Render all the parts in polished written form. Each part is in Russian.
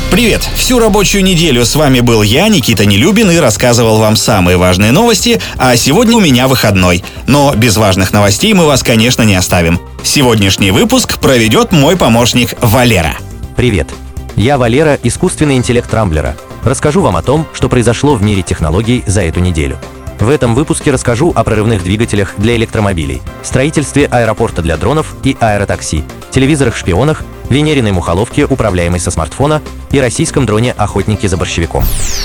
Привет! Всю рабочую неделю с вами был я, Никита Нелюбин, и рассказывал вам самые важные новости, а сегодня у меня выходной. Но без важных новостей мы вас, конечно, не оставим. Сегодняшний выпуск проведет мой помощник Валера. Привет! Я Валера, искусственный интеллект Рамблера. Расскажу вам о том, что произошло в мире технологий за эту неделю. В этом выпуске расскажу о прорывных двигателях для электромобилей, строительстве аэропорта для дронов и аэротакси, телевизорах-шпионах, венериной мухоловке, управляемой со смартфона, и российском дроне-охотнике за борщевиком.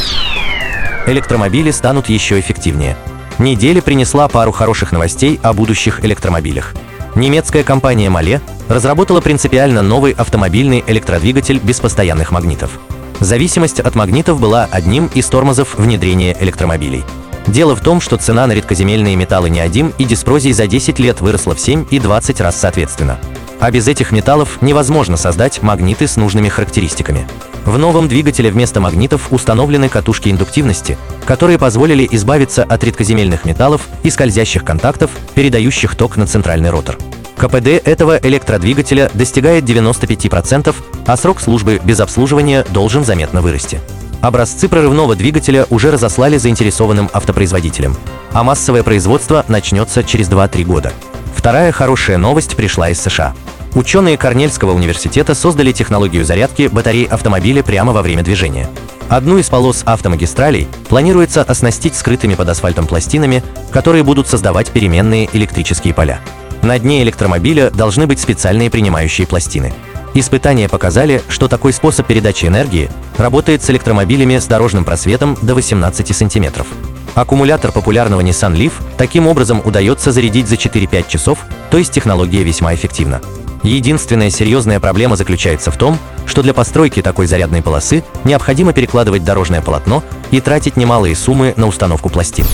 Электромобили станут еще эффективнее. Неделя принесла пару хороших новостей о будущих электромобилях. Немецкая компания Mahle разработала принципиально новый автомобильный электродвигатель без постоянных магнитов. Зависимость от магнитов была одним из тормозов внедрения электромобилей. Дело в том, что цена на редкоземельные металлы неодим и диспрозий за 10 лет выросла в 7 и 20 раз соответственно. А без этих металлов невозможно создать магниты с нужными характеристиками. В новом двигателе вместо магнитов установлены катушки индуктивности, которые позволили избавиться от редкоземельных металлов и скользящих контактов, передающих ток на центральный ротор. КПД этого электродвигателя достигает 95%, а срок службы без обслуживания должен заметно вырасти. Образцы прорывного двигателя уже разослали заинтересованным автопроизводителям, а массовое производство начнется через 2-3 года. Вторая хорошая новость пришла из США. Ученые Корнельского университета создали технологию зарядки батарей автомобиля прямо во время движения. Одну из полос автомагистралей планируется оснастить скрытыми под асфальтом пластинами, которые будут создавать переменные электрические поля. На дне электромобиля должны быть специальные принимающие пластины. Испытания показали, что такой способ передачи энергии работает с электромобилями с дорожным просветом до 18 см. Аккумулятор популярного Nissan Leaf таким образом удается зарядить за 4-5 часов, то есть технология весьма эффективна. Единственная серьезная проблема заключается в том, что для постройки такой зарядной полосы необходимо перекладывать дорожное полотно и тратить немалые суммы на установку пластин.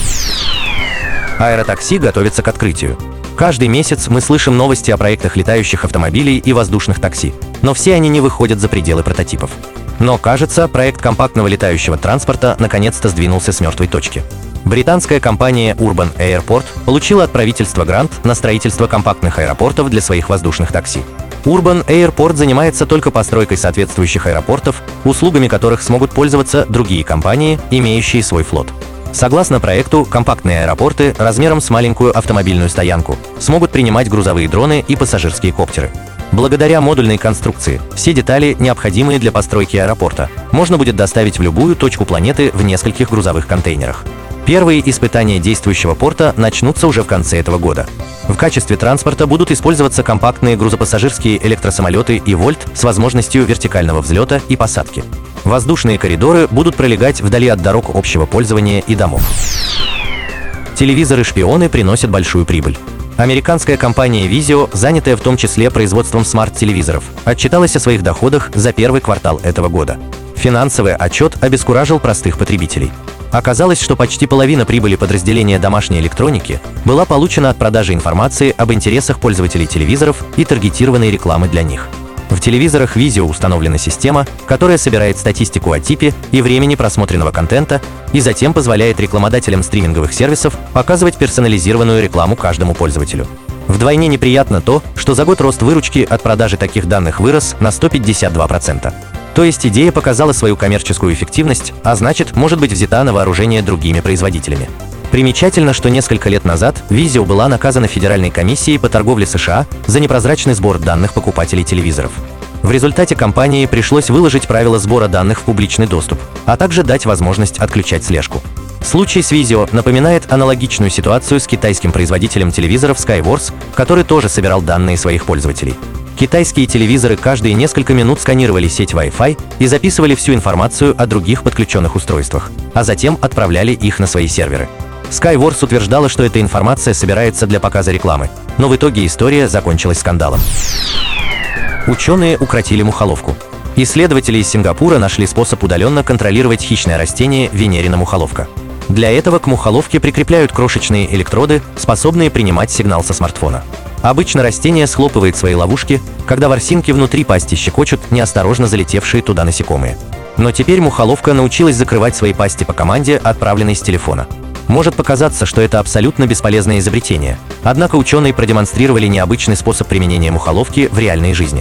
Аэротакси готовится к открытию. Каждый месяц мы слышим новости о проектах летающих автомобилей и воздушных такси, но все они не выходят за пределы прототипов. Но, кажется, проект компактного летающего транспорта наконец-то сдвинулся с мертвой точки. Британская компания Urban Airport получила от правительства грант на строительство компактных аэропортов для своих воздушных такси. Urban Airport занимается только постройкой соответствующих аэропортов, услугами которых смогут пользоваться другие компании, имеющие свой флот. Согласно проекту, компактные аэропорты размером с маленькую автомобильную стоянку смогут принимать грузовые дроны и пассажирские коптеры. Благодаря модульной конструкции все детали, необходимые для постройки аэропорта, можно будет доставить в любую точку планеты в нескольких грузовых контейнерах. Первые испытания действующего порта начнутся уже в конце этого года. В качестве транспорта будут использоваться компактные грузопассажирские электросамолеты и Вольт с возможностью вертикального взлета и посадки. Воздушные коридоры будут пролегать вдали от дорог общего пользования и домов. Телевизоры-шпионы приносят большую прибыль. Американская компания Vizio, занятая в том числе производством смарт-телевизоров, отчиталась о своих доходах за первый квартал этого года. Финансовый отчет обескуражил простых потребителей. Оказалось, что почти половина прибыли подразделения домашней электроники была получена от продажи информации об интересах пользователей телевизоров и таргетированной рекламы для них. В телевизорах Vizio установлена система, которая собирает статистику о типе и времени просмотренного контента и затем позволяет рекламодателям стриминговых сервисов показывать персонализированную рекламу каждому пользователю. Вдвойне неприятно то, что за год рост выручки от продажи таких данных вырос на 152%. То есть идея показала свою коммерческую эффективность, а значит, может быть взята на вооружение другими производителями. Примечательно, что несколько лет назад Vizio была наказана Федеральной комиссией по торговле США за непрозрачный сбор данных покупателей телевизоров. В результате компании пришлось выложить правила сбора данных в публичный доступ, а также дать возможность отключать слежку. Случай с Vizio напоминает аналогичную ситуацию с китайским производителем телевизоров Skyworth, который тоже собирал данные своих пользователей. Китайские телевизоры каждые несколько минут сканировали сеть Wi-Fi и записывали всю информацию о других подключенных устройствах, а затем отправляли их на свои серверы. Skyworth утверждала, что эта информация собирается для показа рекламы, но в итоге история закончилась скандалом. Ученые укротили мухоловку. Исследователи из Сингапура нашли способ удаленно контролировать хищное растение венерина мухоловка. Для этого к мухоловке прикрепляют крошечные электроды, способные принимать сигнал со смартфона. Обычно растение схлопывает свои ловушки, когда ворсинки внутри пасти щекочут неосторожно залетевшие туда насекомые. Но теперь мухоловка научилась закрывать свои пасти по команде, отправленной с телефона. Может показаться, что это абсолютно бесполезное изобретение, однако ученые продемонстрировали необычный способ применения мухоловки в реальной жизни.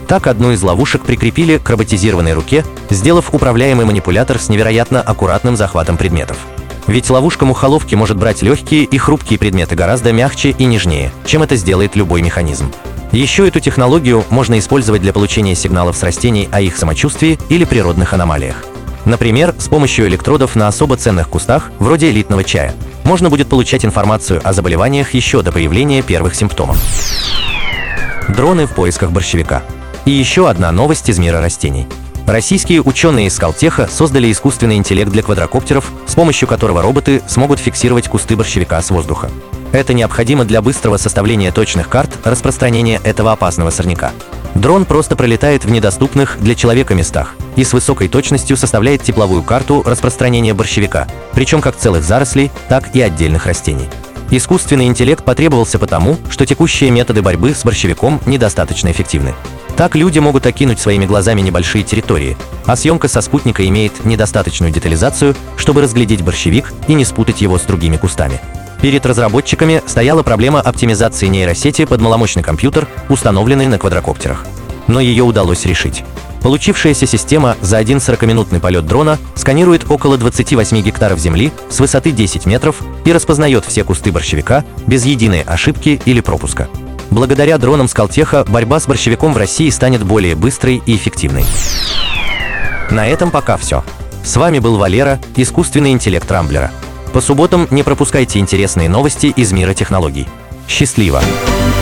Так одну из ловушек прикрепили к роботизированной руке, сделав управляемый манипулятор с невероятно аккуратным захватом предметов. Ведь ловушка мухоловки может брать легкие и хрупкие предметы гораздо мягче и нежнее, чем это сделает любой механизм. Еще эту технологию можно использовать для получения сигналов с растений о их самочувствии или природных аномалиях. Например, с помощью электродов на особо ценных кустах, вроде элитного чая, можно будет получать информацию о заболеваниях еще до появления первых симптомов. Дроны в поисках борщевика. И еще одна новость из мира растений. Российские ученые из Скалтеха создали искусственный интеллект для квадрокоптеров, с помощью которого роботы смогут фиксировать кусты борщевика с воздуха. Это необходимо для быстрого составления точных карт распространения этого опасного сорняка. Дрон просто пролетает в недоступных для человека местах и с высокой точностью составляет тепловую карту распространения борщевика, причем как целых зарослей, так и отдельных растений. Искусственный интеллект потребовался потому, что текущие методы борьбы с борщевиком недостаточно эффективны. Так люди могут окинуть своими глазами небольшие территории, а съемка со спутника имеет недостаточную детализацию, чтобы разглядеть борщевик и не спутать его с другими кустами. Перед разработчиками стояла проблема оптимизации нейросети под маломощный компьютер, установленный на квадрокоптерах. Но ее удалось решить. Получившаяся система за один 40-минутный полет дрона сканирует около 28 гектаров земли с высоты 10 метров и распознает все кусты борщевика без единой ошибки или пропуска. Благодаря дронам Скалтеха борьба с борщевиком в России станет более быстрой и эффективной. На этом пока все. С вами был Валера, искусственный интеллект Рамблера. По субботам не пропускайте интересные новости из мира технологий. Счастливо!